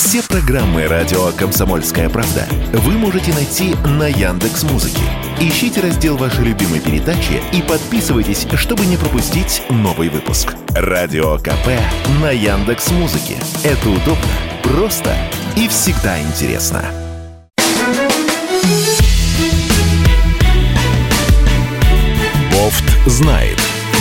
Все программы радио «Комсомольская правда» вы можете найти на Яндекс.Музыке. Ищите раздел вашей любимой передачи и подписывайтесь, чтобы не пропустить новый выпуск. Радио КП на Яндекс.Музыке. Это удобно, просто и всегда интересно. Бофт знает.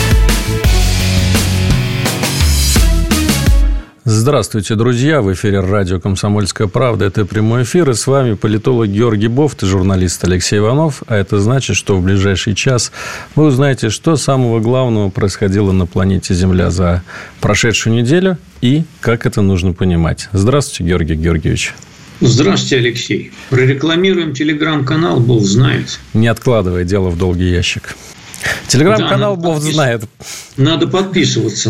Здравствуйте, друзья! В эфире радио «Комсомольская правда». Это прямой эфир. И с вами политолог Георгий Бофт и журналист Алексей Иванов. А это значит, что в ближайший час вы узнаете, что самого главного происходило на планете Земля за прошедшую неделю и как это нужно понимать. Здравствуйте, Георгий Георгиевич. Здравствуйте, Алексей. Прорекламируем телеграм-канал «Бофт знает». Не откладывай дело в долгий ящик. Телеграм-канал Бофт знает. Надо подписываться.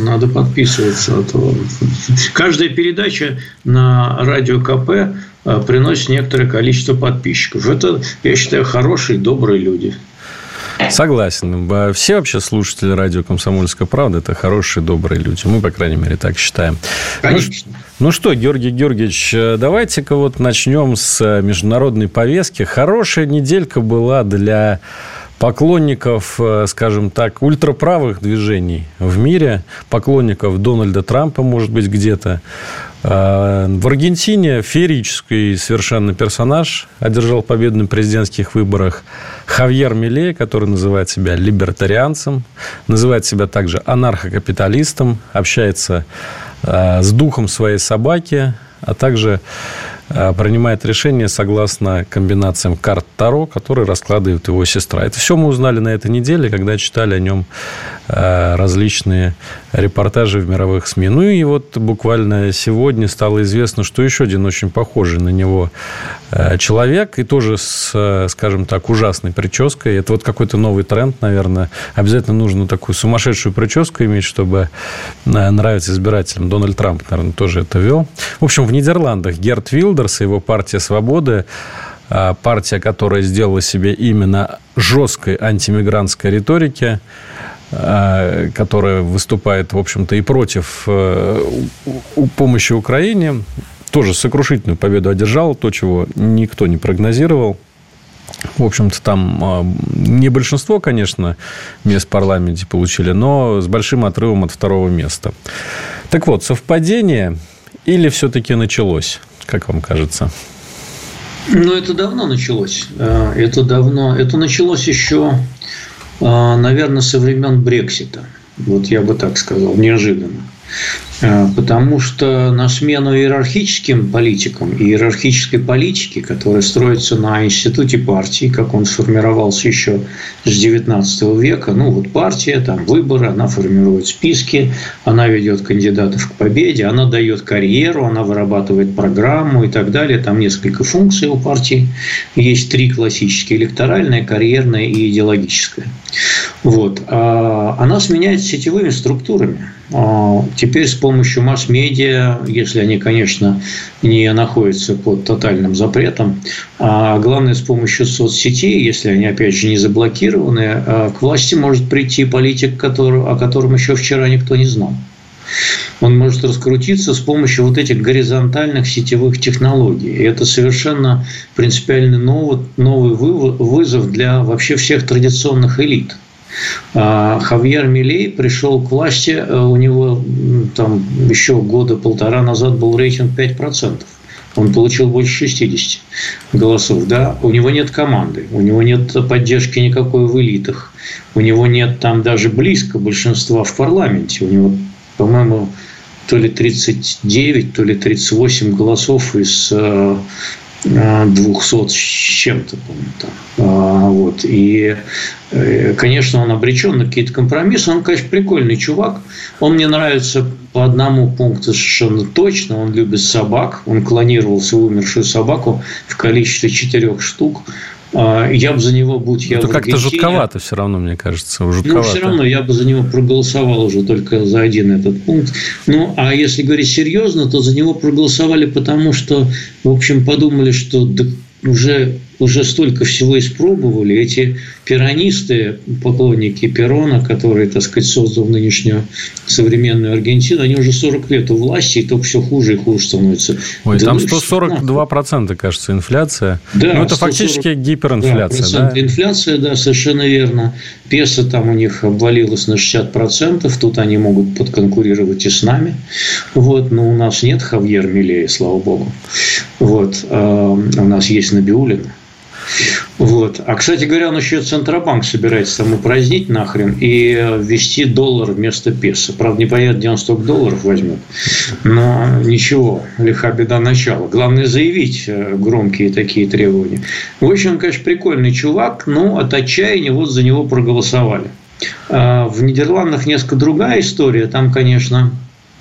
Каждая передача на радио КП приносит некоторое количество подписчиков. Это, я считаю, хорошие, добрые люди. Согласен. Все вообще слушатели радио «Комсомольская правда» – это хорошие, добрые люди. Мы, по крайней мере, так считаем. Конечно. Ну что, Георгий Георгиевич, давайте-ка вот начнем с международной повестки. Хорошая неделька была для поклонников, скажем так, ультраправых движений в мире, поклонников Дональда Трампа, может быть, где-то. В Аргентине феерический совершенно персонаж одержал победу на президентских выборах Хавьер Милей, который называет себя либертарианцем, называет себя также анархокапиталистом, общается с духом своей собаки, а также принимает решения согласно комбинациям карт Таро, которые раскладывает его сестра. Это все мы узнали на этой неделе, когда читали о нем различные репортажи в мировых СМИ. Ну и вот буквально сегодня стало известно, что еще один очень похожий на него человек, и тоже с, скажем так, ужасной прической. Это вот какой-то новый тренд, наверное. Обязательно нужно такую сумасшедшую прическу иметь, чтобы нравиться избирателям. Дональд Трамп, наверное, тоже это вел. В общем, в Нидерландах Герт Вилдерс и его партия «Свободы», партия, которая сделала себе именно жесткой антимигрантской риторики, которая выступает, в общем-то, и против помощи Украине, тоже сокрушительную победу одержала, то, чего никто не прогнозировал. В общем-то, там не большинство, конечно, мест в парламенте получили, но с большим отрывом от второго места. Так вот, совпадение или все-таки началось, как вам кажется? Ну, это давно началось. Это началось еще, наверное, со времен Брексита. Вот я бы так сказал, неожиданно. Потому что на смену иерархическим политикам и иерархической политике, которая строится на институте партии, как он сформировался еще с XIX века, ну вот партия, там выборы, она формирует списки, она ведет кандидатов к победе, она дает карьеру, она вырабатывает программу и так далее. Там несколько функций у партии. Есть три классические: электоральная, карьерная и идеологическая. Вот. Она сменяется сетевыми структурами. Теперь с помощью масс-медиа, если они, конечно, не находятся под тотальным запретом, а главное, с помощью соцсетей, если они, опять же, не заблокированы, к власти может прийти политик, о котором еще вчера никто не знал. Он может раскрутиться с помощью вот этих горизонтальных сетевых технологий. И это совершенно принципиально новый вызов для вообще всех традиционных элит. Хавьер Милей пришел к власти, у него там еще года полтора назад был рейтинг 5%. Он получил больше 60 голосов. Да? У него нет команды, у него нет поддержки никакой в элитах, у него нет там даже близко большинства в парламенте. У него, по-моему, то ли 39, то ли 38 голосов из 200 с чем-то, по-моему, там. Вот. И, конечно, он обречен на какие-то компромиссы. Он, конечно, прикольный чувак. Он мне нравится по одному пункту совершенно точно. Он любит собак. Он клонировал свою умершую собаку в количестве 4 штук. Я бы за него, будь я в Аргентине... Это как-то жутковато все равно, мне кажется. Жутковато. Ну, все равно я бы за него проголосовал уже только за один этот пункт. Ну, а если говорить серьезно, то за него проголосовали, потому что, в общем, подумали, что уже уже столько всего испробовали. Эти перонисты, поклонники Перона, которые, так сказать, создал нынешнюю современную Аргентину, они уже 40 лет у власти, и только все хуже и хуже становится. Ой, да, там 142%, кажется, инфляция. Да, ну, это фактически гиперинфляция. Да? Инфляция, да, совершенно верно. Песо там у них обвалилось на 60%. Тут они могут подконкурировать и с нами. Вот. Но у нас нет Хавьер Милея, слава богу. Вот. У нас есть Набиуллин. Вот. А, кстати говоря, он еще Центробанк собирается там упразднить нахрен и ввести доллар вместо песо. Правда, непонятно, где он столько долларов возьмет. Но ничего, лиха беда начала. Главное заявить громкие такие требования. В общем, он, конечно, прикольный чувак, но от отчаяния вот за него проголосовали. В Нидерландах несколько другая история. Там, конечно,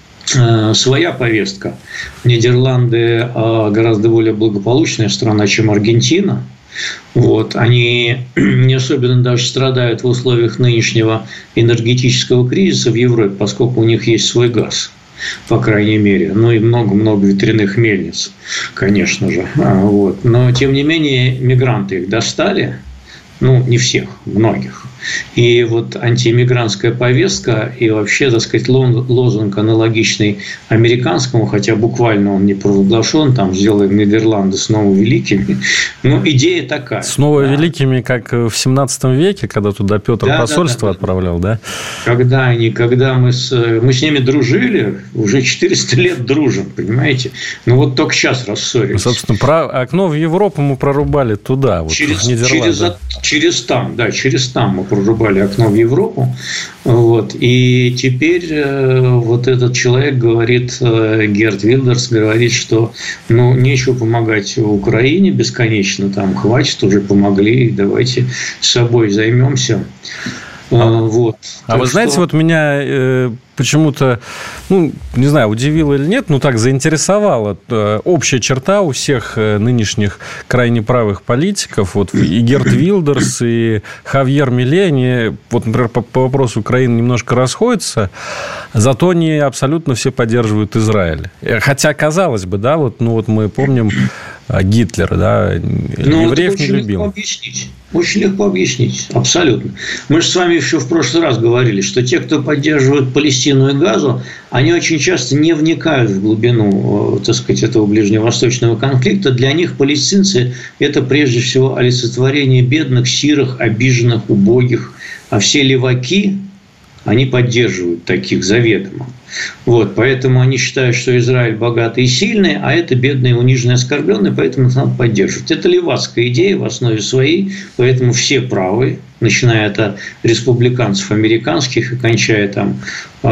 своя повестка. Нидерланды гораздо более благополучная страна, чем Аргентина. Вот. Они не особенно даже страдают в условиях нынешнего энергетического кризиса в Европе, поскольку у них есть свой газ, по крайней мере. Ну и много-много ветряных мельниц, конечно же. Вот. Но, тем не менее, мигранты их достали. Ну, не всех, многих. И вот антииммигрантская повестка и вообще, так сказать, лозунг аналогичный американскому, хотя буквально он не провозглашен, там «Сделаем Нидерланды снова великими». Но идея такая. Снова великими, как в 17 веке, когда туда Петр посольство отправлял, да? Когда мы с ними дружили, уже 400 лет дружим, понимаете? Ну, вот только сейчас рассорились. Ну, собственно, окно в Европу мы прорубали туда, вот в Нидерланды. Через там мы прорубали окно в Европу. Вот. И теперь вот этот человек говорит, Герт Вильдерс говорит, что нечего помогать Украине бесконечно, там хватит, уже помогли, давайте собой займемся. Вот. А вы знаете, вот меня почему-то, не знаю, удивило или нет, но так заинтересовала общая черта у всех нынешних крайне правых политиков. Вот и Герт Вильдерс, и Хавьер Милей, они, вот, например, по вопросу Украины немножко расходятся, зато они абсолютно все поддерживают Израиль. Хотя, казалось бы, да, вот мы помним Гитлера, да, евреев не любил. Очень легко объяснить, абсолютно. Мы же с вами еще в прошлый раз говорили, что те, кто поддерживают Палестину и Газу, они очень часто не вникают в глубину, так сказать, этого ближневосточного конфликта. Для них палестинцы – это прежде всего олицетворение бедных, сирых, обиженных, убогих. А все леваки, они поддерживают таких заведомо. Вот, поэтому они считают, что Израиль богатый и сильный, а это бедные, униженные, оскорбленные, поэтому их надо поддерживать. Это левацкая идея в основе своей, поэтому все правые, начиная от республиканцев американских и кончая там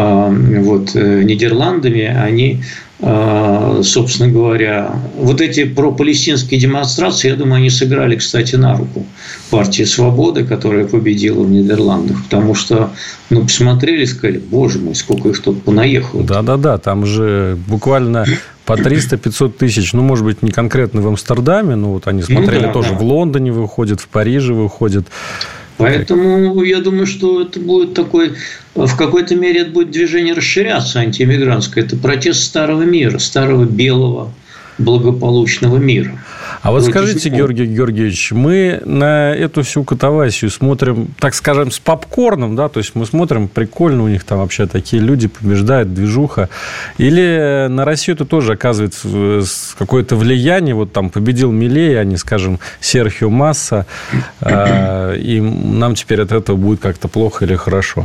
Нидерландами, они, собственно говоря, вот эти пропалестинские демонстрации, я думаю, они сыграли, кстати, на руку партии «Свободы», которая победила в Нидерландах, потому что, посмотрели и сказали, боже мой, сколько их тут понаехало. Да, там же буквально по 300-500 тысяч, может быть, не конкретно в Амстердаме, но вот они смотрели тоже в Лондоне выходят, в Париже выходят. Поэтому я думаю, что это будет в какой-то мере это будет движение расширяться антииммигрантское. Это протест старого мира, старого белого благополучного мира. А вот скажите, Георгий Георгиевич, мы на эту всю катавасию смотрим, так скажем, с попкорном, да, то есть мы смотрим, прикольно у них там вообще такие люди, побеждают, движуха, или на Россию это тоже оказывает какое-то влияние, вот там победил Милей, а не, скажем, Серхио Масса, и нам теперь от этого будет как-то плохо или хорошо?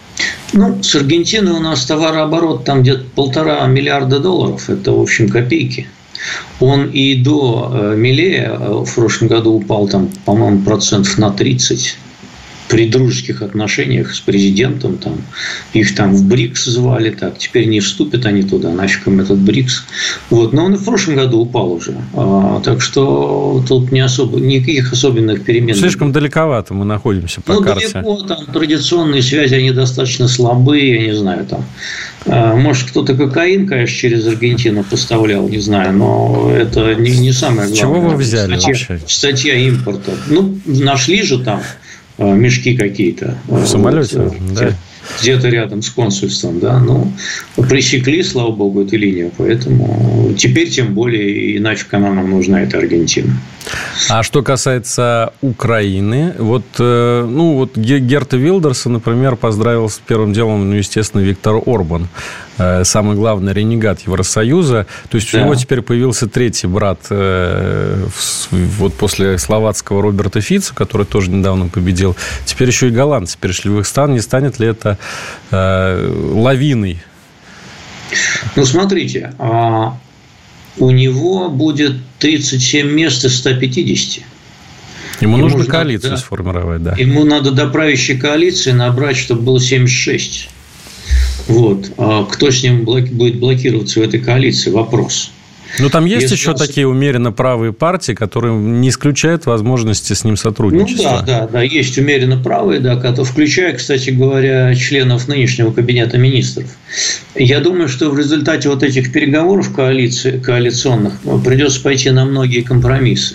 С Аргентиной у нас товарооборот там где-то $1,5 миллиарда, это, в общем, копейки. Он и до Милея в прошлом году упал, там, по-моему, 30% при дружеских отношениях с президентом. Там, их там в БРИКС звали, так, теперь не вступят они туда, нафиг им этот БРИКС. Вот, но он и в прошлом году упал уже. Так что тут никаких особенных перемен. Слишком далековато мы находимся по карте. Далеко, там традиционные связи, они достаточно слабые, я не знаю, там. Может, кто-то кокаин, конечно, через Аргентину поставлял, не знаю, но это не самое главное. С чего вы взяли вообще? Статья импорта. Нашли же там мешки какие-то. В самолете, да? Где-то рядом с консульством, да. Пресекли, слава богу, эту линию, поэтому теперь тем более и нафиг она нам нужна, эта Аргентина. А что касается Украины, вот Герта Вилдерса, например, поздравил с первым делом, естественно, Виктор Орбан, самый главный ренегат Евросоюза. То есть у него теперь появился третий брат вот после словацкого Роберта Фица, который тоже недавно победил. Теперь еще и голландцы перешли в их стан. Не станет ли это лавиной? Ну, смотрите, у него будет 37 мест из 150. Ему нужно коалицию сформировать, да. Ему надо до правящей коалиции набрать, чтобы было 76. Вот. А кто с ним будет блокироваться в этой коалиции? Вопрос. Ну, там есть еще такие умеренно правые партии, которые не исключают возможности с ним сотрудничества. Ну, да, есть умеренно правые, включая, кстати говоря, членов нынешнего кабинета министров. Я думаю, что в результате вот этих переговоров коалиционных придется пойти на многие компромиссы.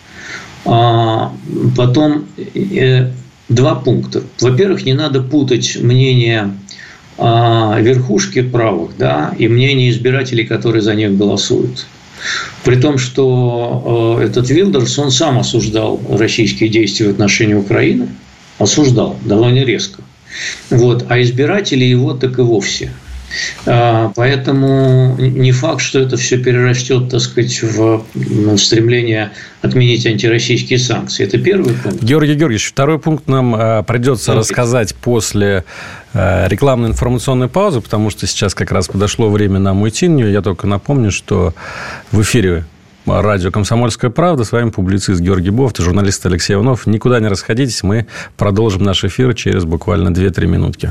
Потом два пункта. Во-первых, не надо путать мнение верхушки правых, и мнение избирателей, которые за них голосуют. При том, что этот Вилдерс, он сам осуждал российские действия в отношении Украины, осуждал довольно резко. Вот. А избиратели его так и вовсе. Поэтому не факт, что это все перерастет, так сказать, в стремление отменить антироссийские санкции. Это первый пункт. Георгий Георгиевич, второй пункт нам придется рассказать после рекламной информационной паузы, потому что сейчас как раз подошло время нам уйти. Я только напомню, что в эфире радио «Комсомольская правда». С вами публицист Георгий Бофт и журналист Алексей Иванов. Никуда не расходитесь, мы продолжим наш эфир через буквально 2-3 минутки.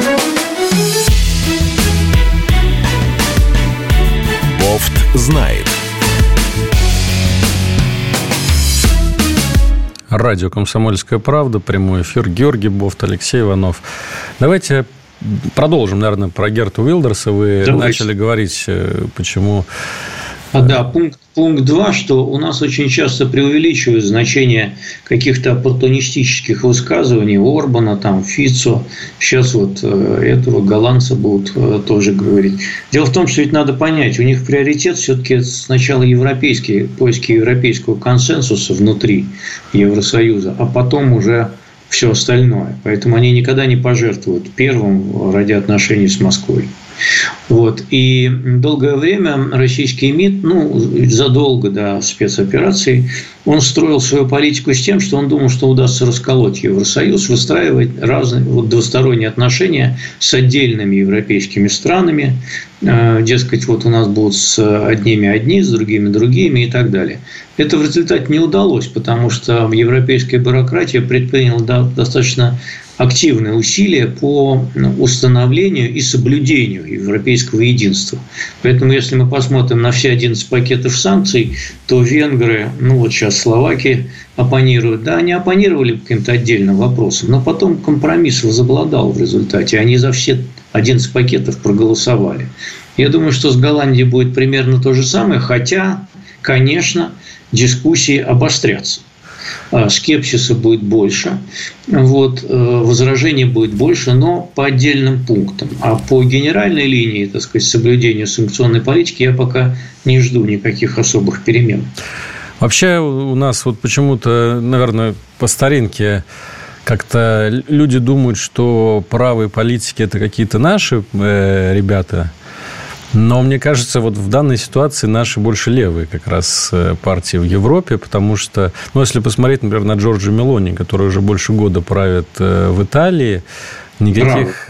Бофт знает. Радио «Комсомольская правда», прямой эфир. Георгий Бофт, Алексей Иванов. Давайте продолжим, наверное, про Герту Вилдерса. Вы начали говорить, почему... Пункт 2, что у нас очень часто преувеличивают значение каких-то оппортунистических высказываний Орбана, Фицо. Сейчас вот этого голландца будут тоже говорить. Дело в том, что ведь надо понять, у них приоритет все-таки сначала поиски европейского консенсуса внутри Евросоюза, а потом уже все остальное. Поэтому они никогда не пожертвуют первым ради отношений с Москвой. Вот. И долгое время российский МИД, задолго до спецоперации, он строил свою политику с тем, что он думал, что удастся расколоть Евросоюз, выстраивать разные двусторонние отношения с отдельными европейскими странами. Дескать, вот у нас будут с одними одни, с другими другими и так далее. Это в результате не удалось, потому что европейская бюрократия предприняла достаточно активные усилия по установлению и соблюдению европейского единства. Поэтому, если мы посмотрим на все 11 пакетов санкций, то венгры, сейчас словаки оппонируют. Да, они оппонировали по каким-то отдельным вопросам, но потом компромисс возобладал в результате. Они за все 11 пакетов проголосовали. Я думаю, что с Голландией будет примерно то же самое, хотя, конечно, дискуссии обострятся. Скепсиса будет больше, возражений будет больше, но по отдельным пунктам. А по генеральной линии, так сказать, соблюдения санкционной политики я пока не жду никаких особых перемен. Вообще у нас почему-то, наверное, по старинке как-то люди думают, что правые политики – это какие-то наши ребята. Но мне кажется, в данной ситуации наши больше левые как раз партии в Европе, потому что, если посмотреть, например, на Джорджа Мелони, который уже больше года правит в Италии, никаких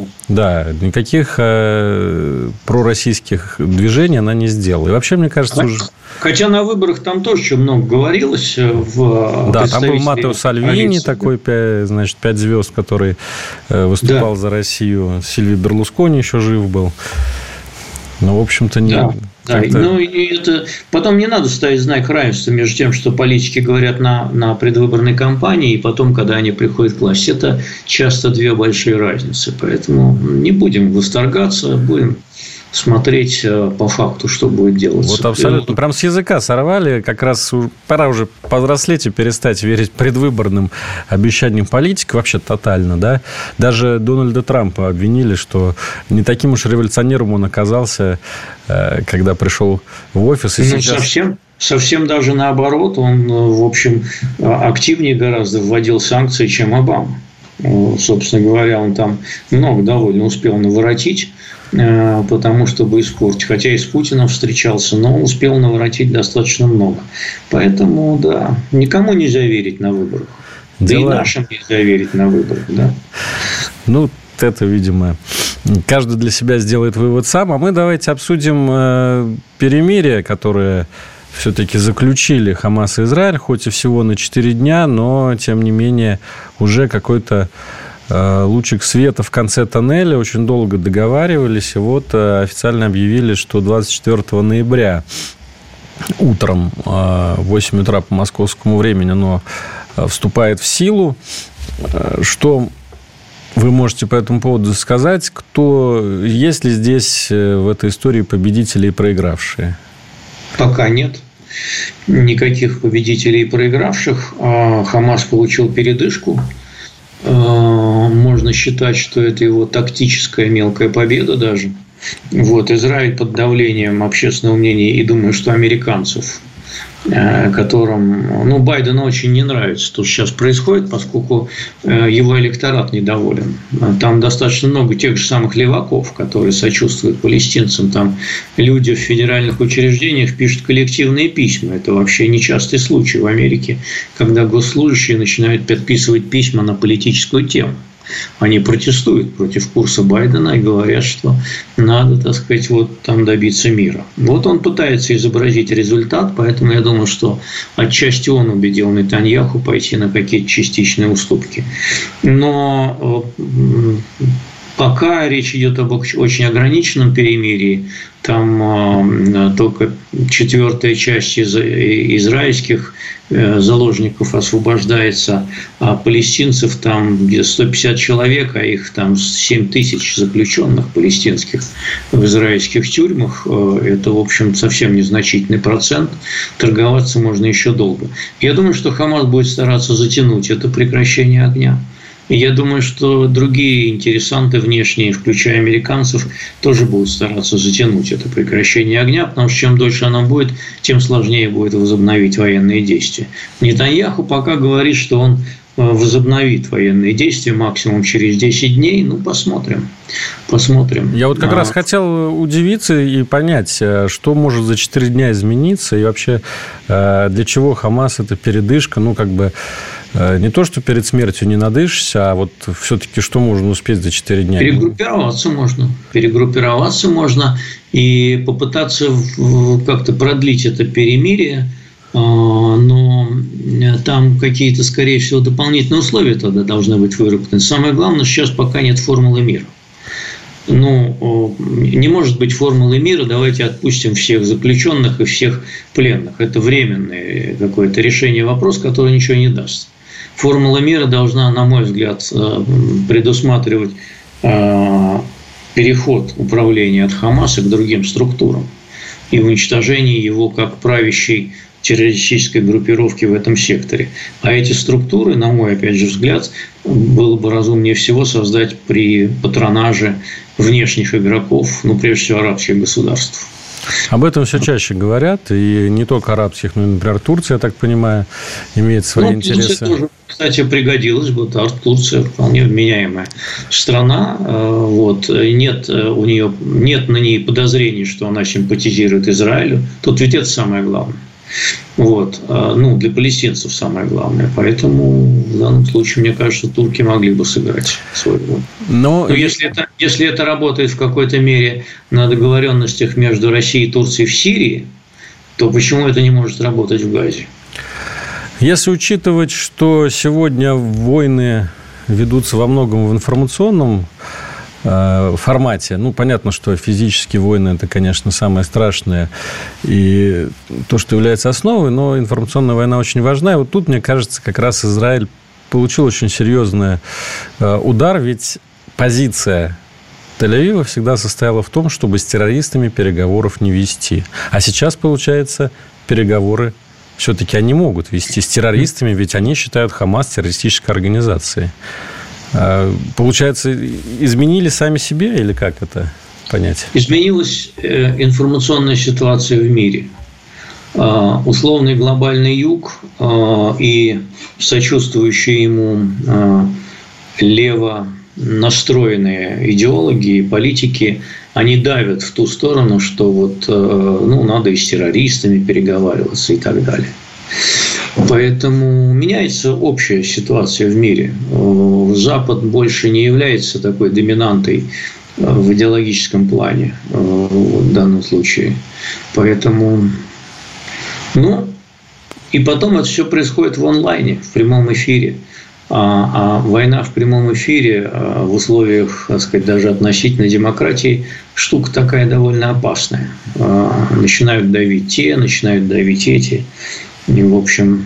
пророссийских движений она не сделала. И вообще, мне кажется, Хотя на выборах там тоже еще много говорилось. Там был Маттео Сальвини, такой, 5 звезд, который выступал за Россию. Сильвио Берлускони еще жив был. В общем-то, потом не надо ставить знак равенства между тем, что политики говорят на предвыборной кампании, и потом, когда они приходят к власти. Это часто две большие разницы. Поэтому не будем восторгаться, будем смотреть по факту, что будет делаться. Абсолютно. Прям с языка сорвали. Как раз пора уже повзрослеть и перестать верить предвыборным обещаниям политиков. Вообще тотально, да? Даже Дональда Трампа обвинили, что не таким уж революционером он оказался, когда пришел в офис. И совсем совсем даже наоборот. Он, в общем, активнее гораздо вводил санкции, чем Обама. Собственно говоря, он там много довольно успел наворотить, потому чтобы испортить. Хотя и с Путиным встречался, но успел наворотить достаточно много. Поэтому, да, никому нельзя верить на выборах. Да и нашим нельзя верить на выборах, да. Ну, это, видимо, каждый для себя сделает вывод сам. А мы давайте обсудим перемирие, которое все-таки заключили Хамас и Израиль, хоть и всего на 4 дня, но, тем не менее, уже какой-то лучик света в конце тоннеля. Очень долго договаривались, и вот официально объявили, что 24 ноября утром в 8 утра по московскому времени оно вступает в силу. Что вы можете по этому поводу сказать? Есть ли здесь в этой истории победители и проигравшие? Пока нет никаких победителей и проигравших. Хамас получил передышку. Можно считать, что это его тактическая мелкая победа даже. Израиль под давлением общественного мнения и, думаю, что американцев, которым Байдену очень не нравится то, что сейчас происходит, поскольку его электорат недоволен. Там достаточно много тех же самых леваков, которые сочувствуют палестинцам. Там люди в федеральных учреждениях пишут коллективные письма. Это вообще нечастый случай в Америке, когда госслужащие начинают подписывать письма на политическую тему. Они протестуют против курса Байдена и говорят, что надо, так сказать, там добиться мира. Он пытается изобразить результат, поэтому я думаю, что отчасти он убедил Нетаньяху пойти на какие-то частичные уступки. Но пока речь идет об очень ограниченном перемирии. Там только 4-я часть из израильских заложников освобождается, а палестинцев там где-то 150 человек, а их там 7 тысяч заключенных палестинских в израильских тюрьмах. Это, в общем, совсем незначительный процент. Торговаться можно еще долго. Я думаю, что Хамас будет стараться затянуть это прекращение огня. И я думаю, что другие интересанты внешние, включая американцев, тоже будут стараться затянуть это прекращение огня, потому что чем дольше оно будет, тем сложнее будет возобновить военные действия. Нетаньяху пока говорит, что он возобновит военные действия максимум через 10 дней. Посмотрим. Я как раз хотел удивиться и понять, что может за 4 дня измениться, и вообще для чего Хамас это передышка, не то, что перед смертью не надышишься, а все-таки что можно успеть за 4 дня? Перегруппироваться можно и попытаться как-то продлить это перемирие, но там какие-то, скорее всего, дополнительные условия тогда должны быть выработаны. Самое главное, сейчас пока нет формулы мира. Не может быть формулы мира, давайте отпустим всех заключенных и всех пленных. Это временное какое-то решение вопроса, которое ничего не даст. Формула мира должна, на мой взгляд, предусматривать переход управления от Хамаса к другим структурам и уничтожение его как правящей террористической группировки в этом секторе. А эти структуры, на мой, опять же, взгляд, было бы разумнее всего создать при патронаже внешних игроков, прежде всего, арабских государств. Об этом все чаще говорят, и не только арабских, но и, например, Турция, я так понимаю, имеет свои интересы. Турция тоже, кстати, пригодилась бы. Турция вполне вменяемая страна. Нет на ней подозрений, что она симпатизирует Израилю. Тут ведь это самое главное. Для палестинцев самое главное. Поэтому в данном случае, мне кажется, турки могли бы сыграть свою роль. Но если это работает в какой-то мере на договоренностях между Россией и Турцией в Сирии, то почему это не может работать в Газе? Если учитывать, что сегодня войны ведутся во многом в информационном формате. Понятно, что физические войны – это, конечно, самое страшное и то, что является основой, но информационная война очень важна. И тут, мне кажется, как раз Израиль получил очень серьезный удар, ведь позиция Тель-Авива всегда состояла в том, чтобы с террористами переговоров не вести. А сейчас, получается, переговоры все-таки они могут вести с террористами, ведь они считают Хамас террористической организацией. Получается, изменили сами себя или как это понять? Изменилась информационная ситуация в мире. условный глобальный юг и сочувствующие ему лево настроенные идеологи и политики, они давят в ту сторону, что вот, надо и с террористами переговариваться и так далее. Поэтому меняется общая ситуация в мире. Запад больше не является такой доминантой в идеологическом плане в данном случае. Поэтому, и потом это все происходит в онлайне, в прямом эфире. А война в прямом эфире в условиях, так сказать, даже относительной демократии штука такая довольно опасная. Начинают давить те, начинают давить эти. И, в общем,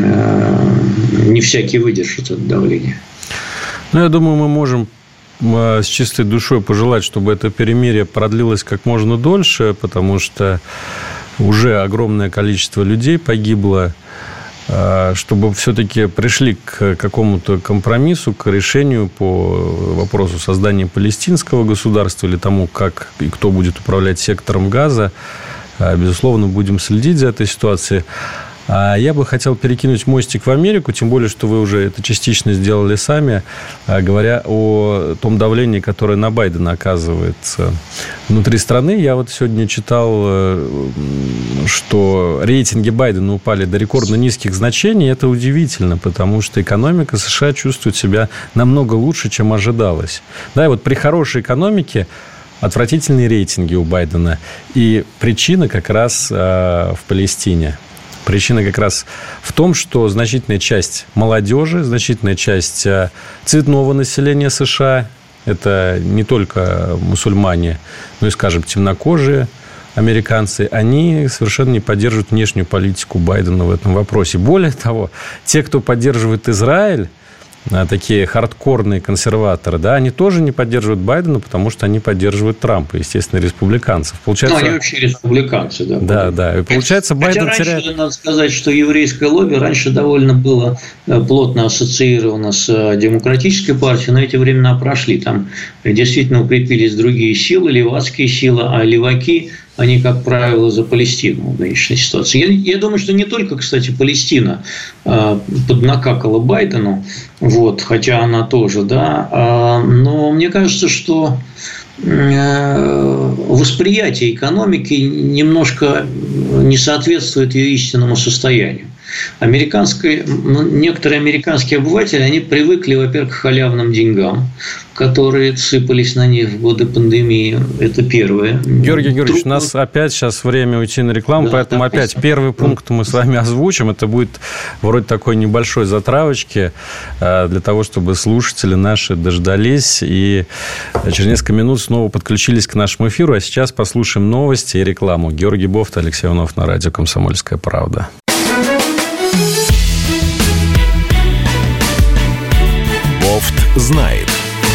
не всякий выдержит это давление. Я думаю, мы можем с чистой душой пожелать, чтобы это перемирие продлилось как можно дольше, потому что уже огромное количество людей погибло, чтобы все-таки пришли к какому-то компромиссу, к решению по вопросу создания палестинского государства или тому, как и кто будет управлять сектором Газа. Безусловно, будем следить за этой ситуацией. А я бы хотел перекинуть мостик в Америку, тем более, что вы уже это частично сделали сами, говоря о том давлении, которое на Байдена оказывается внутри страны. Я вот сегодня читал, что рейтинги Байдена упали до рекордно низких значений. Это удивительно, потому что экономика США чувствует себя намного лучше, чем ожидалось. Да, и вот при хорошей экономике отвратительные рейтинги у Байдена. И причина как раз в Палестине. Причина как раз в том, что значительная часть молодежи, значительная часть цветного населения США, это не только мусульмане, но и, скажем, темнокожие американцы, они совершенно не поддерживают внешнюю политику Байдена в этом вопросе. Более того, те, кто поддерживает Израиль, такие хардкорные консерваторы, да, они тоже не поддерживают Байдена, потому что они поддерживают Трампа, естественно, республиканцев. Получается... они вообще республиканцы, да. Да, да. И получается, Байден раньше, теряет... надо сказать, что еврейское лобби раньше довольно было плотно ассоциировано с демократической партией, но эти времена прошли. Там действительно укрепились другие силы, левацкие силы, а леваки, они, как правило, за Палестину в нынешней ситуации. Я думаю, что не только, кстати, Палестина поднакакала Байдену, вот, хотя она тоже, да, но мне кажется, что восприятие экономики немножко не соответствует ее истинному состоянию. Некоторые американские обыватели, они привыкли, во-первых, к халявным деньгам, которые сыпались на них в годы пандемии. Это первое. Георгий Георгиевич, у нас опять сейчас время уйти на рекламу, да, поэтому опять первый пункт мы с вами озвучим. Это будет вроде такой небольшой затравочки для того, чтобы слушатели наши дождались и через несколько минут снова подключились к нашему эфиру. А сейчас послушаем новости и рекламу. Георгий Бофт, Алексей Иванов на радио «Комсомольская правда». Бофт знает.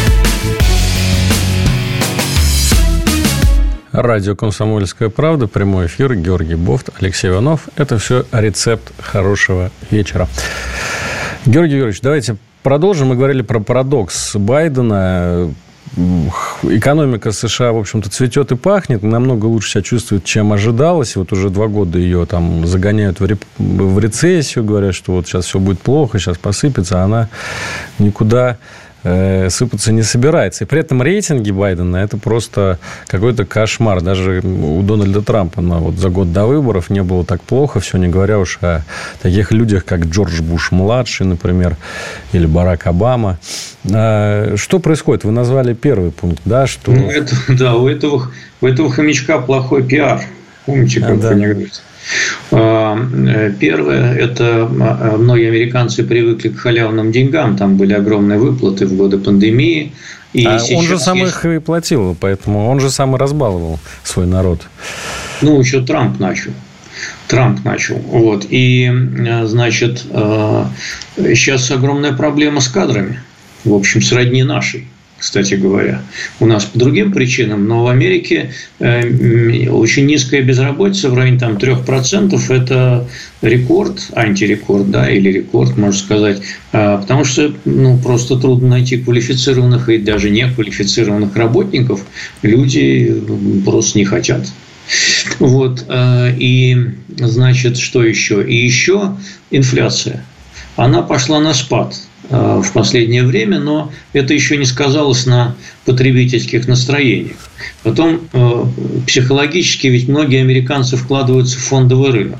Радио «Комсомольская правда», прямой эфир, Георгий Бофт, Алексей Иванов. Это все рецепт хорошего вечера. Георгий Георгиевич, давайте продолжим. Мы говорили про парадокс Байдена. Экономика США, в общем-то, цветет и пахнет, намного лучше себя чувствует, чем ожидалось. Вот уже 2 года ее там загоняют в рецессию, говорят, что вот сейчас все будет плохо, сейчас посыпется, а она никуда сыпаться не собирается. И при этом рейтинги Байдена – это просто какой-то кошмар. Даже у Дональда Трампа вот за год до выборов не было так плохо, все не говоря уж о таких людях, как Джордж Буш-младший, например, или Барак Обама. Что происходит? Вы назвали первый пункт, да? Что... у этого хомячка плохой пиар. Помните, как в анекдоте? Первое, это многие американцы привыкли к халявным деньгам, там были огромные выплаты в годы пандемии. И он же сам их и платил, поэтому он же сам и разбаловал свой народ. Еще Трамп начал. Вот. И, значит, сейчас огромная проблема с кадрами. В общем, сродни нашей, кстати говоря. У нас по другим причинам, но в Америке очень низкая безработица, в районе 3%. Это рекорд, антирекорд, да, или рекорд, можно сказать. Потому что просто трудно найти квалифицированных и даже неквалифицированных работников. Люди просто не хотят. Вот. И, значит, что еще? И еще инфляция. Она пошла на спад в последнее время, но это еще не сказалось на потребительских настроениях. Потом психологически ведь многие американцы вкладываются в фондовый рынок.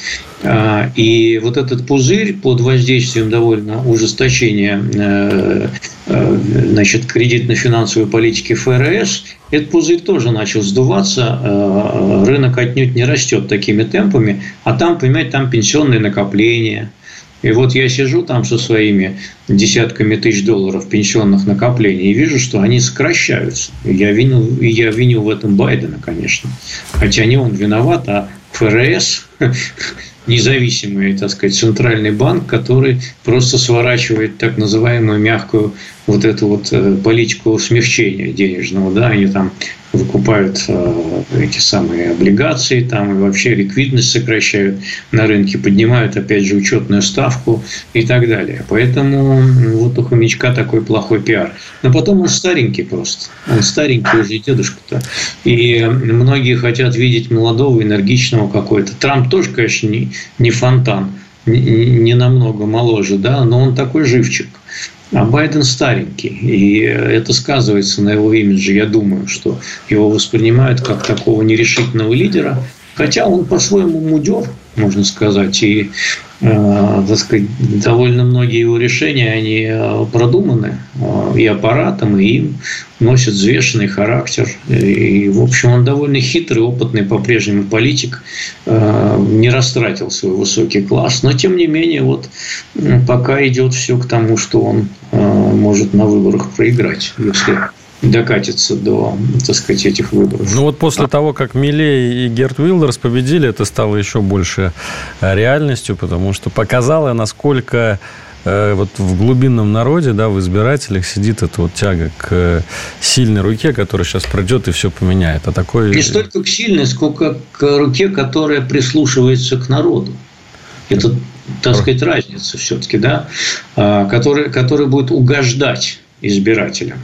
И вот этот пузырь под воздействием довольно ужесточения значит, кредитно-финансовой политики ФРС, этот пузырь тоже начал сдуваться, рынок отнюдь не растет такими темпами, а там, понимаете, там пенсионные накопления. И вот я сижу там со своими десятками тысяч долларов пенсионных накоплений и вижу, что они сокращаются. Я виню в этом Байдена, конечно. Хотя не он виноват, а ФРС, независимый, так сказать, центральный банк, который просто сворачивает так называемую мягкую вот эту вот политику смягчения денежного. Да? Они там выкупают эти самые облигации, там и вообще ликвидность сокращают на рынке, поднимают, опять же, учетную ставку и так далее. Поэтому вот у хомячка такой плохой пиар. Но потом он старенький просто. Он старенький уже, дедушка-то. И многие хотят видеть молодого, энергичного какой-то. Трамп тоже, конечно, не фонтан, не намного моложе, да, но он такой живчик. А Байден старенький, и это сказывается на его имидже. Я думаю, что его воспринимают как такого нерешительного лидера, хотя он по-своему мудер, можно сказать, и, так сказать, довольно многие его решения, они продуманы и аппаратом, и им, носят взвешенный характер. И, в общем, он довольно хитрый, опытный по-прежнему политик, не растратил свой высокий класс, но, тем не менее, вот пока идет все к тому, что он может на выборах проиграть, если докатиться до, так сказать, этих выборов. Ну вот после того, как Миллей и Герт Уилдерс победили, это стало еще больше реальностью, потому что показало, насколько вот в глубинном народе, да, в избирателях сидит эта вот тяга к сильной руке, которая сейчас пройдет и все поменяет. А такой... Не столько к сильной, сколько к руке, которая прислушивается к народу. Это, так сказать, разница все-таки, да, который будет угождать избирателям.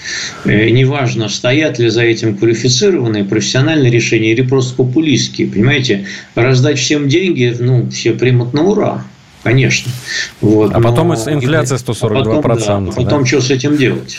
Неважно, стоят ли за этим квалифицированные профессиональные решения или просто популистские. Понимаете, раздать всем деньги, ну, все примут на ура. Конечно. Вот, а потом инфляция 142%. А потом что с этим делать?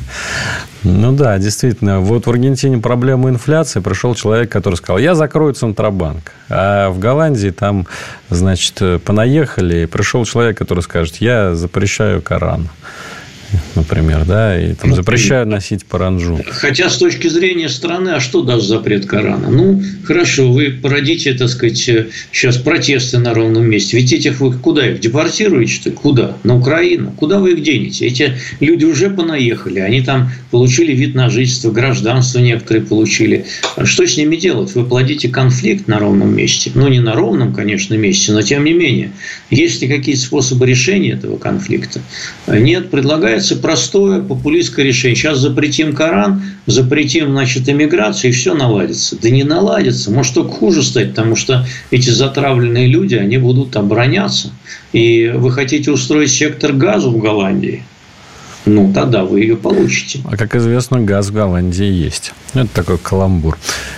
Ну да, действительно. Вот в Аргентине проблема инфляции. Пришел человек, который сказал, я закрою Центробанк. А в Голландии там, значит, понаехали. Пришел человек, который скажет, я запрещаю Коран. Например, да, и там запрещают носить паранджу. Хотя с точки зрения страны, а что даст запрет Корана? Ну, хорошо, вы породите, так сказать, сейчас протесты на ровном месте. Ведь этих вы куда их депортируете, что ли? Куда? На Украину? Куда вы их денете? Эти люди уже понаехали, они там получили вид на жительство, гражданство некоторые получили. Что с ними делать? Вы плодите конфликт на ровном месте. Ну, не на ровном, конечно, месте, но тем не менее. Есть ли какие-то способы решения этого конфликта? Нет, предлагается простое популистское решение. Сейчас запретим Коран, запретим, значит, иммиграцию, и все наладится. Да не наладится. Может, только хуже стать, потому что эти затравленные люди, они будут обороняться. И вы хотите устроить сектор газа в Голландии? Ну, тогда вы ее получите. А, как известно, газ в Голландии есть. Это такой каламбур.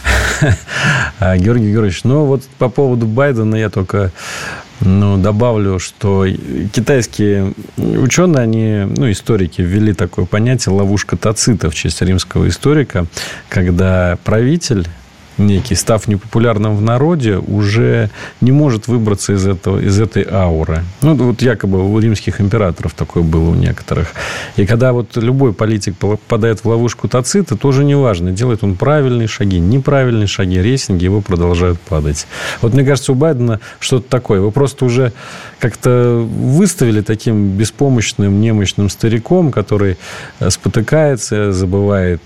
Георгий Георгиевич, ну, вот по поводу Байдена я только... добавлю, что китайские ученые, они, историки, ввели такое понятие «ловушка Тацита» в честь римского историка, когда правитель, некий, став непопулярным в народе, уже не может выбраться из этой ауры. Ну, вот якобы у римских императоров такое было у некоторых. И когда вот любой политик попадает в ловушку Тацита, тоже неважно, делает он правильные шаги, неправильные шаги, рейтинги его продолжают падать. Вот мне кажется, у Байдена что-то такое. Его просто уже как-то выставили таким беспомощным, немощным стариком, который спотыкается, забывает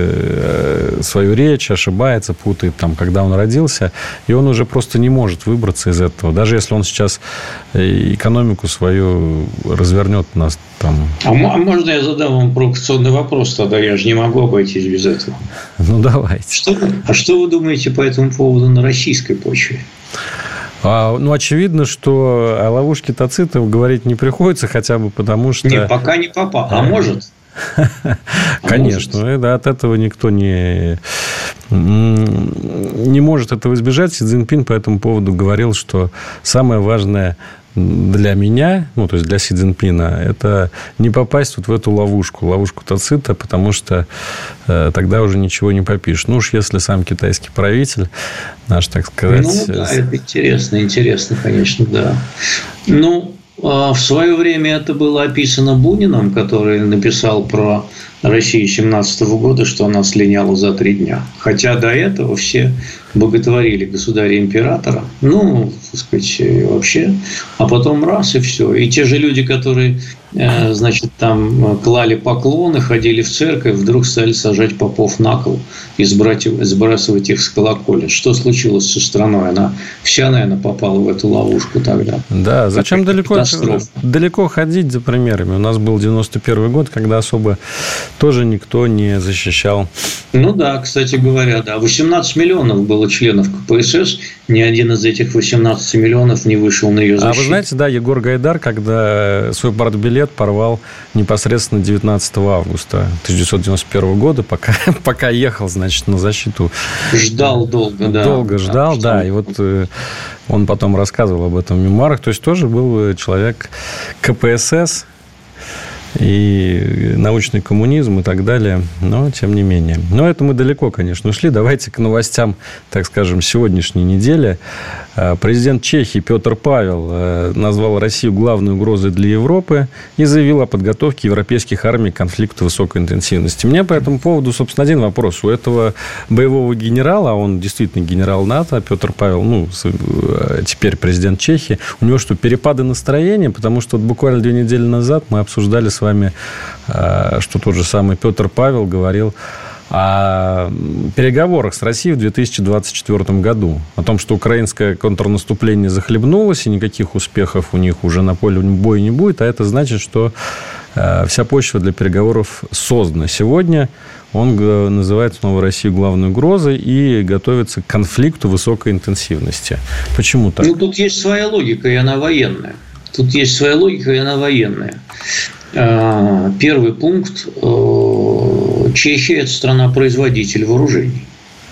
свою речь, ошибается, путает там, когда он родился, и он уже просто не может выбраться из этого. Даже если он сейчас экономику свою развернет нас там... А можно я задам вам провокационный вопрос тогда? Я же не могу обойтись без этого. Ну, давайте. Что вы думаете по этому поводу на российской почве? Очевидно, что о ловушке Тацита говорить не приходится, хотя бы потому, что... Нет, пока не попал. А может? Конечно. От этого никто не не может этого избежать. Си Цзиньпин по этому поводу говорил, что самое важное для меня, ну, то есть для Си Цзиньпина, это не попасть вот в эту ловушку Тацита, потому что тогда уже ничего не попишешь. Ну уж если сам китайский правитель, наш, так сказать... Ну, да, это интересно, конечно, да. Ну, в свое время это было описано Буниным, который написал про Россию 17 года, что она слиняла за 3 дня. Хотя до этого все боготворили государя-императора, ну, так сказать, вообще, а потом раз и все. И те же люди, которые, значит, там клали поклоны, ходили в церковь, вдруг стали сажать попов на кол и сбрасывать их с колоколен. Что случилось со страной? Она вся, наверное, попала в эту ловушку тогда. Да, зачем далеко ходить за примерами? У нас был 91 год, когда особо тоже никто не защищал. Ну да, кстати говоря, да. 18 миллионов было членов КПСС, ни один из этих 18 миллионов не вышел на ее защиту. А вы знаете, да, Егор Гайдар, когда свой партбилет порвал непосредственно 19 августа 1991 года, пока ехал, значит, на защиту. Ждал долго, да. Долго ждал, да. И вот он потом рассказывал об этом в мемуарах. То есть тоже был человек КПСС, и научный коммунизм и так далее, но тем не менее. Но это мы далеко, конечно, ушли. Давайте к новостям, так скажем, сегодняшней недели. Президент Чехии Петр Павел назвал Россию главной угрозой для Европы и заявил о подготовке европейских армий к конфликту высокой интенсивности. У меня по этому поводу, собственно, один вопрос. У этого боевого генерала, он действительно генерал НАТО, Петр Павел, ну, теперь президент Чехии, у него что, перепады настроения? Потому что вот буквально 2 недели назад мы обсуждали с вами, что тот же самый Петр Павел говорил о переговорах с Россией в 2024 году. О том, что украинское контрнаступление захлебнулось, и никаких успехов у них уже на поле боя не будет. А это значит, что вся почва для переговоров создана. Сегодня он называет снова Россию главной угрозой и готовится к конфликту высокой интенсивности. Почему так? Ну, тут есть своя логика, и она военная. Первый пункт. Чехия – это страна-производитель вооружений.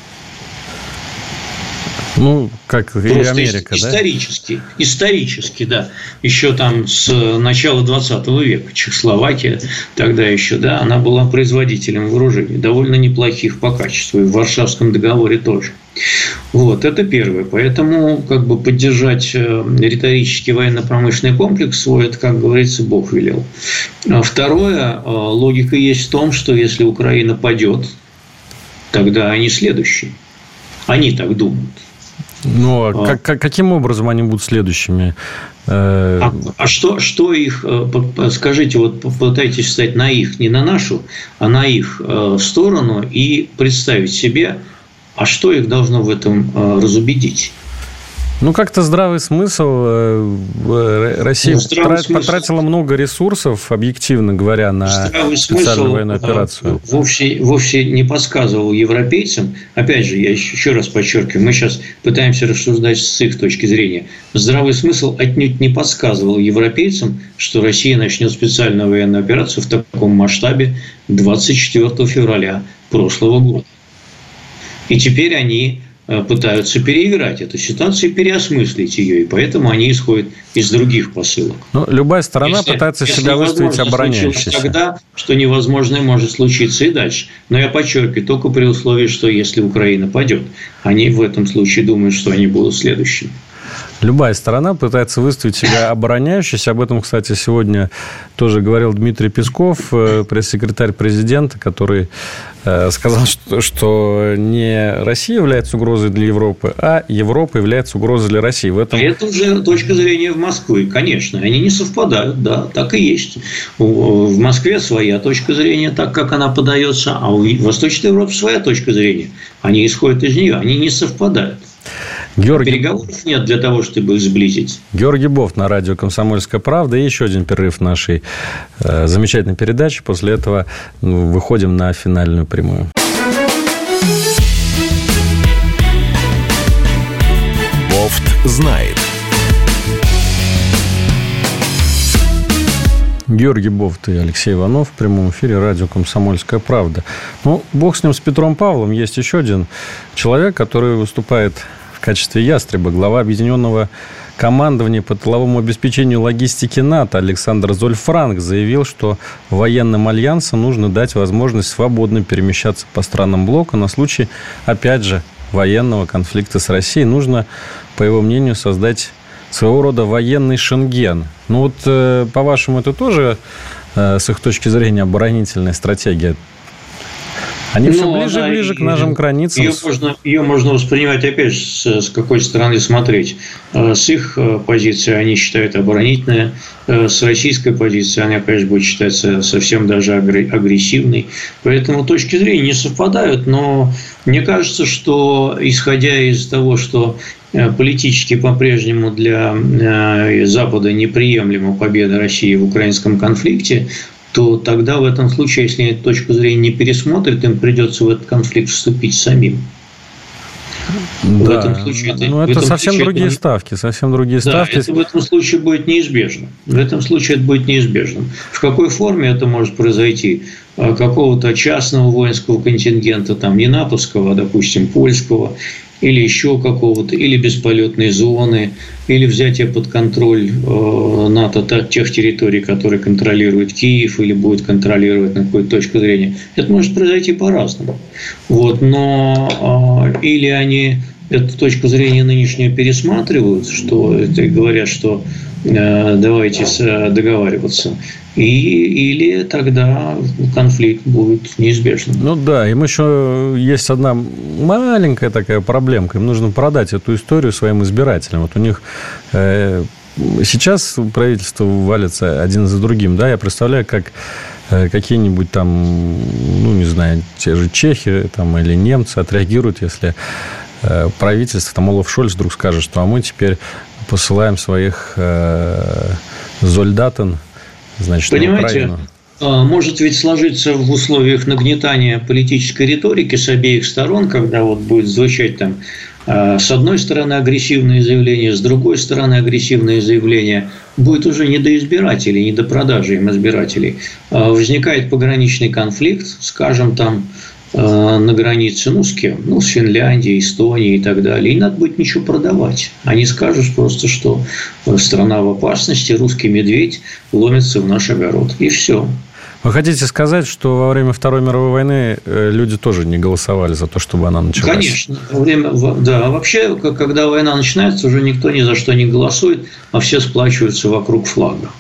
Ну, как и просто Америка, исторически, да. Еще там с начала 20 века Чехословакия, тогда еще, да, она была производителем вооружений, довольно неплохих по качеству, и в Варшавском договоре тоже. Вот, это первое. Поэтому, как бы, поддержать риторический военно-промышленный комплекс свой, это, как говорится, Бог велел. Второе, логика есть в том, что если Украина падет, тогда они следующие. Они так думают. Ну, каким образом они будут следующими? Что их, скажите, вот попытайтесь встать на их, не на нашу, а на их сторону и представить себе, а что их должно в этом разубедить? Ну, как-то здравый смысл. Россия потратила много ресурсов, объективно говоря, на специальную военную операцию. Вовсе не подсказывал европейцам. Опять же, я еще раз подчеркиваю, мы сейчас пытаемся рассуждать с их точки зрения. Здравый смысл отнюдь не подсказывал европейцам, что Россия начнет специальную военную операцию в таком масштабе 24 февраля прошлого года. И теперь они пытаются переиграть эту ситуацию и переосмыслить ее, и поэтому они исходят из других посылок. Ну, любая сторона пытается себя выставить обороняющейся. Тогда, что невозможное может случиться и дальше. Но я подчеркиваю, только при условии, что если Украина падет, они в этом случае думают, что они будут следующими. Любая сторона пытается выставить себя обороняющейся. Об этом, кстати, сегодня тоже говорил Дмитрий Песков, пресс-секретарь президента, который сказал, что не Россия является угрозой для Европы, а Европа является угрозой для России. В этом... Это уже точка зрения в Москве, конечно. Они не совпадают, да, так и есть. В Москве своя точка зрения, так как она подается, а в Восточной Европе своя точка зрения. Они исходят из нее, они не совпадают. Переговоров нет для того, чтобы их сблизить. Георгий Бофт на радио «Комсомольская правда». И еще один перерыв нашей замечательной передачи. После этого выходим на финальную прямую. Бофт знает. Георгий Бофт и Алексей Иванов в прямом эфире радио «Комсомольская правда». Ну, бог с ним, с Петром Павловым. Есть еще один человек, который выступает в качестве ястреба, глава Объединенного командования по тыловому обеспечению логистики НАТО Александр Зольфранк заявил, что военным альянсам нужно дать возможность свободно перемещаться по странам блока на случай, опять же, военного конфликта с Россией. Нужно, по его мнению, создать своего рода военный Шенген. Ну вот, по-вашему, это тоже, с их точки зрения, оборонительная стратегия? Они все ближе и ближе к нашим границам. Ее можно воспринимать, опять же, с какой стороны смотреть. С их позиции они считают оборонительной, с российской позиции она, конечно, будет считаться совсем даже агрессивной. Поэтому точки зрения не совпадают, но мне кажется, что, исходя из того, что политически по-прежнему для Запада неприемлема победа России в украинском конфликте, то тогда в этом случае, если они эту точку зрения не пересмотрят, им придется в этот конфликт вступить самим. Да, в этом случае это совсем другие ставки. Совсем другие ставки. Это в этом случае будет неизбежно. В этом случае это будет неизбежно. В какой форме это может произойти? Какого-то частного воинского контингента, там, не натовского, а, допустим, польского, или еще какого-то, или бесполетной зоны, или взятие под контроль НАТО тех территорий, которые контролирует Киев, или будет контролировать на какую-то точку зрения. Это может произойти по-разному. Вот, но или они эту точку зрения нынешнюю пересматривают, что это говорят, что давайте договариваться, или тогда конфликт будет неизбежным. Ну да, им еще есть одна маленькая такая проблемка. Им нужно продать эту историю своим избирателям. Вот у них сейчас правительство валится один за другим. Да, я представляю, как какие-нибудь там, ну не знаю, те же чехи там, или немцы отреагируют, если правительство, там Олаф Шольц вдруг скажет, что мы теперь посылаем своих зольдатен, значит, понимаете, на Украину. Может ведь сложиться в условиях нагнетания политической риторики с обеих сторон, когда вот будет звучать там с одной стороны агрессивные заявления, с другой стороны агрессивные заявления, будет уже не до избирателей, не до продажи им избирателей. Возникает пограничный конфликт, скажем, там, на границе, ну, с кем? Ну, с Финляндией, Эстонией и так далее. И не надо будет ничего продавать. Они скажут просто, что страна в опасности, русский медведь ломится в наш огород. И все. Вы хотите сказать, что во время Второй мировой войны люди тоже не голосовали за то, чтобы она началась? Конечно. Да. Вообще, когда война начинается, уже никто ни за что не голосует, а все сплачиваются вокруг флага.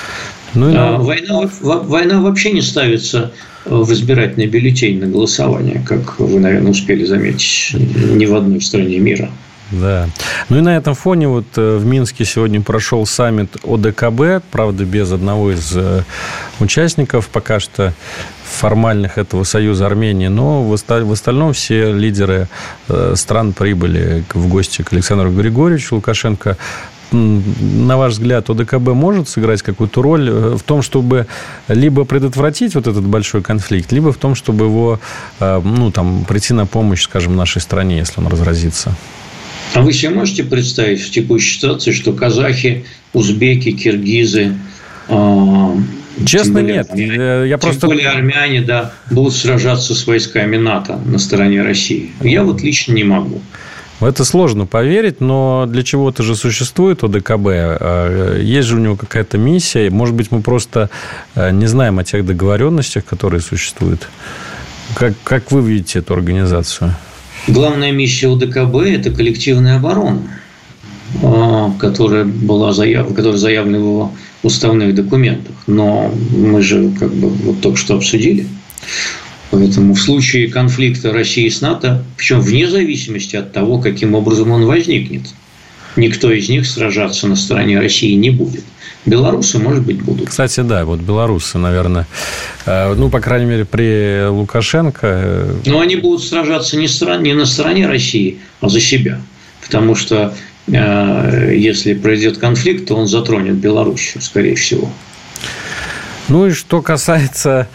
Война вообще не ставится в избирательный бюллетень на голосование, как вы, наверное, успели заметить, ни в одной стране мира. Да. Ну и на этом фоне вот в Минске сегодня прошел саммит ОДКБ, правда, без одного из участников пока что формальных этого союза Армении, но в остальном все лидеры стран прибыли в гости к Александру Григорьевичу Лукашенко. На ваш взгляд, ОДКБ может сыграть какую-то роль в том, чтобы либо предотвратить вот этот большой конфликт, либо в том, чтобы его, прийти на помощь, скажем, нашей стране, если он разразится? А вы себе можете представить в текущей ситуации, что казахи, узбеки, киргизы, честно, нет. Тем более армяне, да, будут сражаться с войсками НАТО на стороне России? Я вот лично не могу. В это сложно поверить, но для чего-то же существует ОДКБ. Есть же у него какая-то миссия. Может быть, мы просто не знаем о тех договоренностях, которые существуют. Как вы видите эту организацию? Главная миссия ОДКБ – это коллективная оборона, которая заявлена в его уставных документах. Но мы же вот только что обсудили. Поэтому в случае конфликта России с НАТО, причем вне зависимости от того, каким образом он возникнет, никто из них сражаться на стороне России не будет. Белорусы, может быть, будут. Кстати, да, вот белорусы, наверное, по крайней мере, при Лукашенко. Но они будут сражаться не на стороне России, а за себя. Потому что если произойдет конфликт, то он затронет Белоруссию, скорее всего. Ну и что касается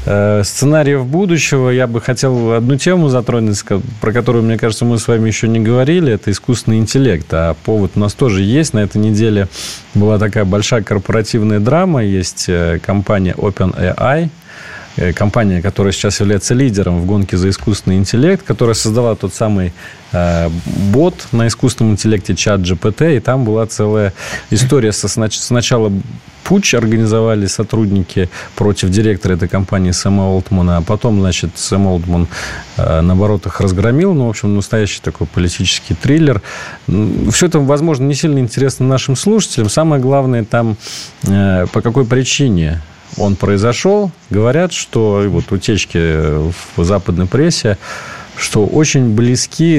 сценариев будущего я бы хотел одну тему затронуть, про которую, мне кажется, мы с вами еще не говорили. Это искусственный интеллект. А повод у нас тоже есть. На этой неделе была такая большая корпоративная драма. Есть компания OpenAI, компания, которая сейчас является лидером в гонке за искусственный интеллект, которая создала тот самый бот на искусственном интеллекте ChatGPT, и там была целая история. Сначала путч организовали сотрудники против директора этой компании Сэма Олтмана, а потом, значит, Сэм Олтман, наоборот, их разгромил. Ну, в общем, настоящий такой политический триллер. Все это, возможно, не сильно интересно нашим слушателям. Самое главное там, по какой причине он произошел. Говорят, что вот утечки в западной прессе, что очень близки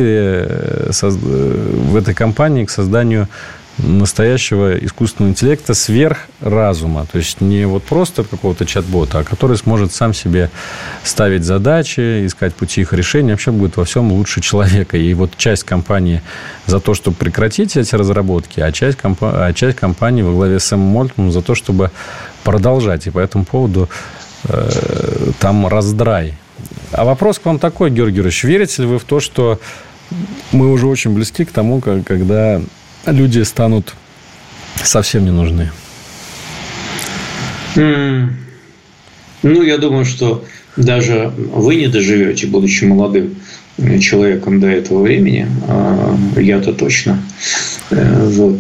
в этой компании к созданию настоящего искусственного интеллекта сверхразума. То есть не вот просто какого-то чат-бота, а который сможет сам себе ставить задачи, искать пути их решения, вообще будет во всем лучше человека. И вот часть компании за то, чтобы прекратить эти разработки, а часть компании во главе с Сэмом Олтманом за то, чтобы продолжать. И по этому поводу там раздрай. А вопрос к вам такой, Георгий Георгиевич. Верите ли вы в то, что мы уже очень близки к тому, когда люди станут совсем не нужны? Ну, я думаю, что даже вы не доживете, будучи молодым человеком до этого времени. Я-то точно. Вот.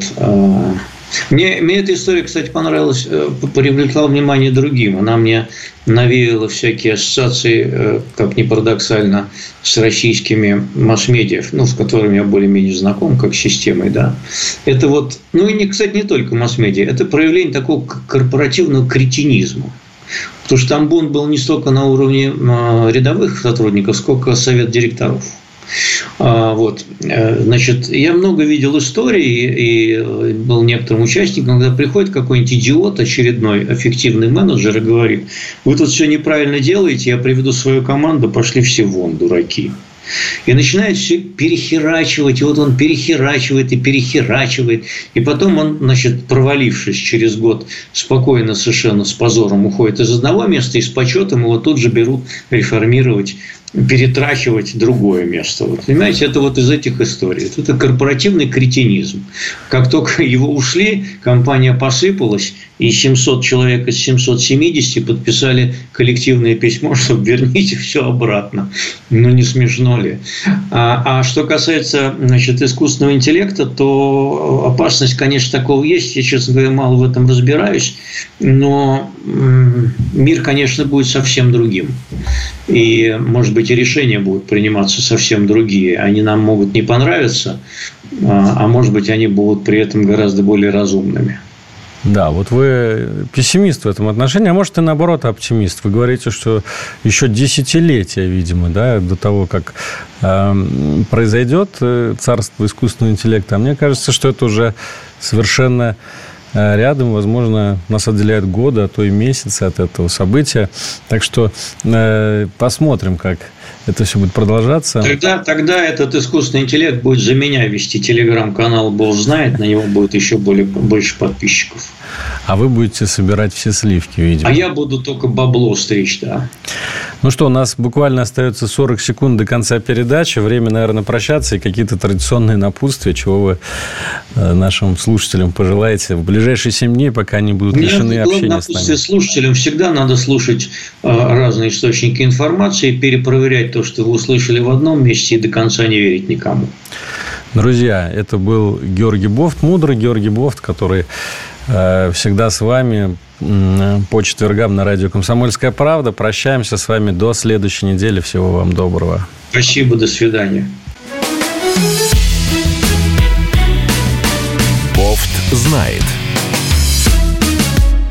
Мне эта история, кстати, понравилась, привлекла внимание другим. Она мне навеяла всякие ассоциации, как ни парадоксально, с российскими масс-медиа, с которыми я более-менее знаком, как с системой, да. Это вот, и, кстати, не только масс-медиа, это проявление такого корпоративного кретинизма. Потому что там бунт был не столько на уровне рядовых сотрудников, сколько совет директоров. Вот. Значит, я много видел историй и был некоторым участником, когда приходит какой-нибудь идиот, очередной эффективный менеджер и говорит: вы тут все неправильно делаете, я приведу свою команду, пошли все вон, дураки. И начинает все перехерачивать, и вот он перехерачивает и перехерачивает, и потом он, значит, провалившись через год, спокойно совершенно с позором уходит из одного места, и с почетом его тут же берут реформировать, перетрахивать другое место. Вот, понимаете, это вот из этих историй. Это корпоративный кретинизм. Как только его ушли, компания посыпалась, и 700 человек из 770 подписали коллективное письмо, что верните все обратно. Не смешно ли? А что касается, значит, искусственного интеллекта, то опасность, конечно, такого есть. Я, честно говоря, мало в этом разбираюсь. Но мир, конечно, будет совсем другим. И, может быть, и решения будут приниматься совсем другие. Они нам могут не понравиться, а может быть, они будут при этом гораздо более разумными. Да, вот вы пессимист в этом отношении, а может и наоборот оптимист. Вы говорите, что еще десятилетия, видимо, да, до того, как произойдет царство искусственного интеллекта. А мне кажется, что это уже совершенно рядом, возможно, нас отделяют годы, а то и месяцы от этого события. Так что посмотрим, как это все будет продолжаться. Тогда этот искусственный интеллект будет за меня вести телеграм-канал «Бог знает», на него будет еще больше подписчиков. А вы будете собирать все сливки, видимо. А я буду только бабло стричь, да. Ну что, у нас буквально остается 40 секунд до конца передачи. Время, наверное, прощаться и какие-то традиционные напутствия, чего вы нашим слушателям пожелаете в ближайшие 7 дней, пока они будут лишены общения с нами. Слушателям всегда надо слушать разные источники информации, перепроверять то, что вы услышали в одном месте, и до конца не верить никому. Друзья, это был Георгий Бофт, мудрый Георгий Бофт, который всегда с вами по четвергам на радио «Комсомольская правда». Прощаемся с вами до следующей недели. Всего вам доброго. Спасибо, до свидания. Бофт знает.